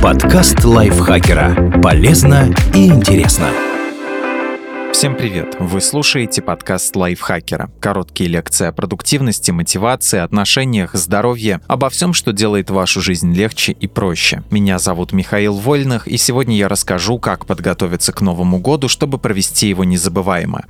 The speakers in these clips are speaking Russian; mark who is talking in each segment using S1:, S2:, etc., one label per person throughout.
S1: Подкаст лайфхакера. Полезно и интересно.
S2: Всем привет! Вы слушаете подкаст лайфхакера. Короткие лекции о продуктивности, мотивации, отношениях, здоровье, обо всем, что делает вашу жизнь легче и проще. Меня зовут Михаил Вольных, и сегодня я расскажу, как подготовиться к Новому году, чтобы провести его незабываемо.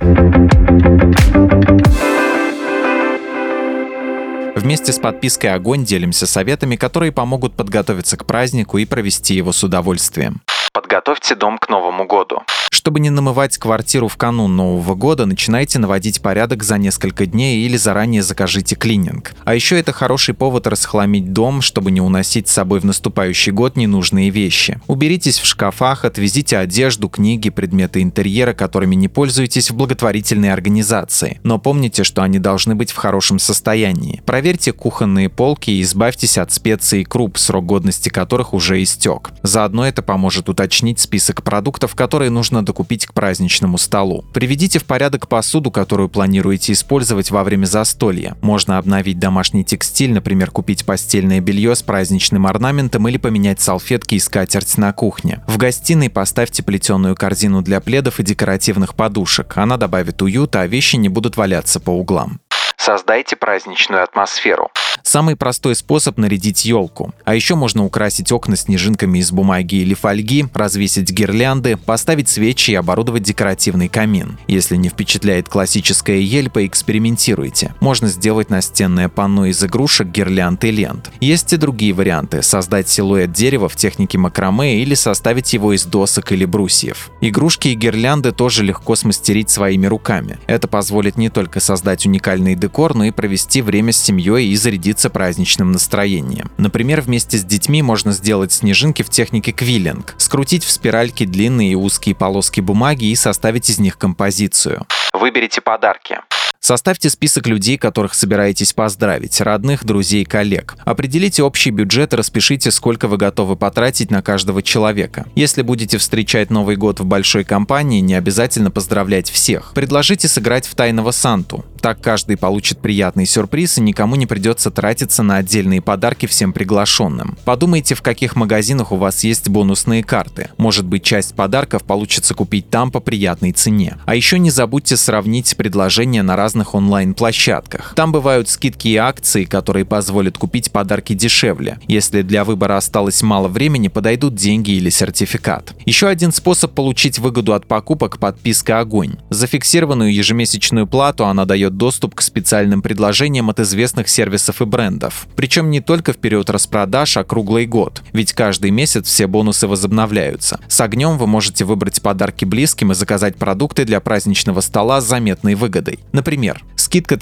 S2: Вместе с подпиской «Огонь» делимся советами, которые помогут подготовиться к празднику и провести его с удовольствием. Подготовьте дом к Новому году. Чтобы не намывать квартиру в канун Нового года, начинайте наводить порядок за несколько дней или заранее закажите клининг. А еще это хороший повод расхламить дом, чтобы не уносить с собой в наступающий год ненужные вещи. Уберитесь в шкафах, отвезите одежду, книги, предметы интерьера, которыми не пользуетесь, в благотворительные организации. Но помните, что они должны быть в хорошем состоянии. Проверьте кухонные полки и избавьтесь от специй и круп, срок годности которых уже истек. Заодно это поможет уточнить список продуктов, которые нужно докупить к праздничному столу. Приведите в порядок посуду, которую планируете использовать во время застолья. Можно обновить домашний текстиль, например, купить постельное белье с праздничным орнаментом или поменять салфетки и скатерть на кухне. В гостиной поставьте плетеную корзину для пледов и декоративных подушек. Она добавит уюта, а вещи не будут валяться по углам. Создайте праздничную атмосферу. Самый простой способ — нарядить елку. А еще можно украсить окна снежинками из бумаги или фольги, развесить гирлянды, поставить свечи и оборудовать декоративный камин. Если не впечатляет классическая ель, поэкспериментируйте. Можно сделать настенное панно из игрушек, гирлянд и лент. Есть и другие варианты — создать силуэт дерева в технике макраме или составить его из досок или брусьев. Игрушки и гирлянды тоже легко смастерить своими руками. Это позволит не только создать уникальный декор, но и провести время с семьей и зарядиться праздничным настроением. Например, вместе с детьми можно сделать снежинки в технике квиллинг, скрутить в спиральки длинные и узкие полоски бумаги и составить из них композицию. Выберите подарки. Составьте список людей, которых собираетесь поздравить, родных, друзей, коллег. Определите общий бюджет и распишите, сколько вы готовы потратить на каждого человека. Если будете встречать Новый год в большой компании, не обязательно поздравлять всех. Предложите сыграть в тайного Санту. Так каждый получит приятный сюрприз и никому не придется тратиться на отдельные подарки всем приглашенным. Подумайте, в каких магазинах у вас есть бонусные карты. Может быть, часть подарков получится купить там по приятной цене. А еще не забудьте сравнить предложения на разных онлайн-площадках. Там бывают скидки и акции, которые позволят купить подарки дешевле. Если для выбора осталось мало времени, подойдут деньги или сертификат. Еще один способ получить выгоду от покупок — подписка «Огонь». За фиксированную ежемесячную плату она дает доступ к специальным предложениям от известных сервисов и брендов. Причем не только в период распродаж, а круглый год. Ведь каждый месяц все бонусы возобновляются. С «Огнем» вы можете выбрать подарки близким и заказать продукты для праздничного стола с заметной выгодой. Например, скидка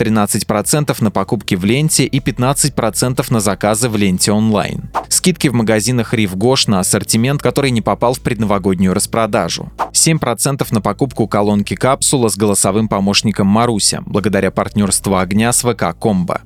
S2: 13% на покупки в ленте и 15% на заказы в ленте онлайн. Скидки в магазинах Рив Гош на ассортимент, который не попал в предновогоднюю распродажу. 7% на покупку колонки капсула с голосовым помощником Маруся, благодаря партнерству «Огня» с ВК Комбо.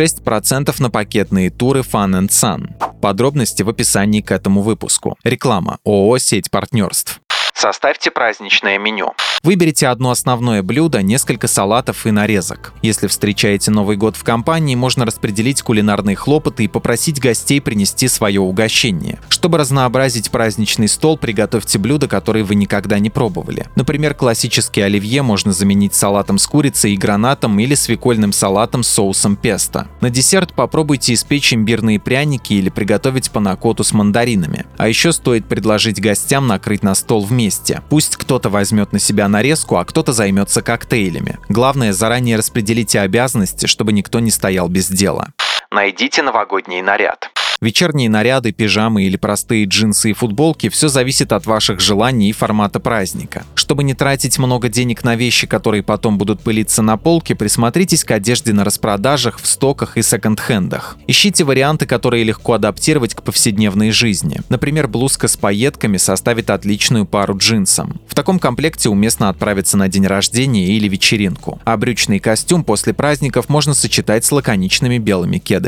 S2: 6% на пакетные туры Fun & Sun. Подробности в описании к этому выпуску. Реклама. ООО «Сеть партнерств». Составьте праздничное меню. Выберите одно основное блюдо, несколько салатов и нарезок. Если встречаете Новый год в компании, можно распределить кулинарные хлопоты и попросить гостей принести свое угощение. Чтобы разнообразить праздничный стол, приготовьте блюда, которые вы никогда не пробовали. Например, классический оливье можно заменить салатом с курицей и гранатом или свекольным салатом с соусом песто. На десерт попробуйте испечь имбирные пряники или приготовить панакоту с мандаринами. А еще стоит предложить гостям накрыть на стол вместе. Пусть кто-то возьмет на себя нарезку, а кто-то займется коктейлями. Главное, заранее распределите обязанности, чтобы никто не стоял без дела. Найдите новогодний наряд. Вечерние наряды, пижамы или простые джинсы и футболки – все зависит от ваших желаний и формата праздника. Чтобы не тратить много денег на вещи, которые потом будут пылиться на полке, присмотритесь к одежде на распродажах, в стоках и секонд-хендах. Ищите варианты, которые легко адаптировать к повседневной жизни. Например, блузка с пайетками составит отличную пару джинсам. В таком комплекте уместно отправиться на день рождения или вечеринку. А брючный костюм после праздников можно сочетать с лаконичными белыми кедами.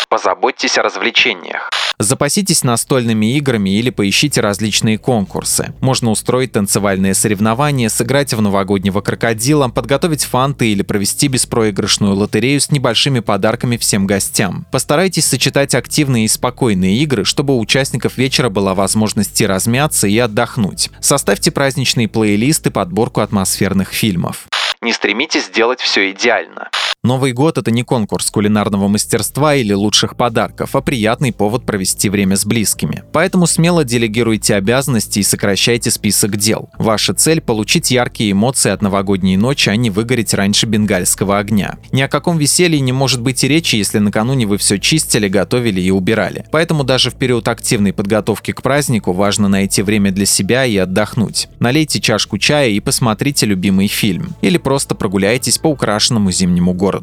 S2: Позаботьтесь о развлечениях. Запаситесь настольными играми или поищите различные конкурсы. Можно устроить танцевальные соревнования, сыграть в новогоднего крокодила, подготовить фанты или провести беспроигрышную лотерею с небольшими подарками всем гостям. Постарайтесь сочетать активные и спокойные игры, чтобы у участников вечера была возможность и размяться, и отдохнуть. Составьте праздничный плейлист и подборку атмосферных фильмов. Не стремитесь сделать все идеально. Новый год — это не конкурс кулинарного мастерства или лучших подарков, а приятный повод провести время с близкими. Поэтому смело делегируйте обязанности и сокращайте список дел. Ваша цель — получить яркие эмоции от новогодней ночи, а не выгореть раньше бенгальского огня. Ни о каком веселье не может быть и речи, если накануне вы все чистили, готовили и убирали. Поэтому даже в период активной подготовки к празднику важно найти время для себя и отдохнуть. Налейте чашку чая и посмотрите любимый фильм. Или просто прогуляйтесь по украшенному зимнему городу.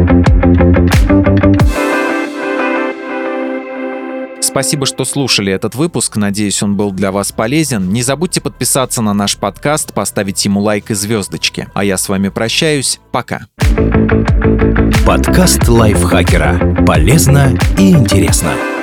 S2: Спасибо, что слушали этот выпуск. Надеюсь, он был для вас полезен. Не забудьте подписаться на наш подкаст, поставить ему лайк и звездочки. А я с вами прощаюсь. Пока.
S1: Подкаст лайфхакера. Полезно и интересно.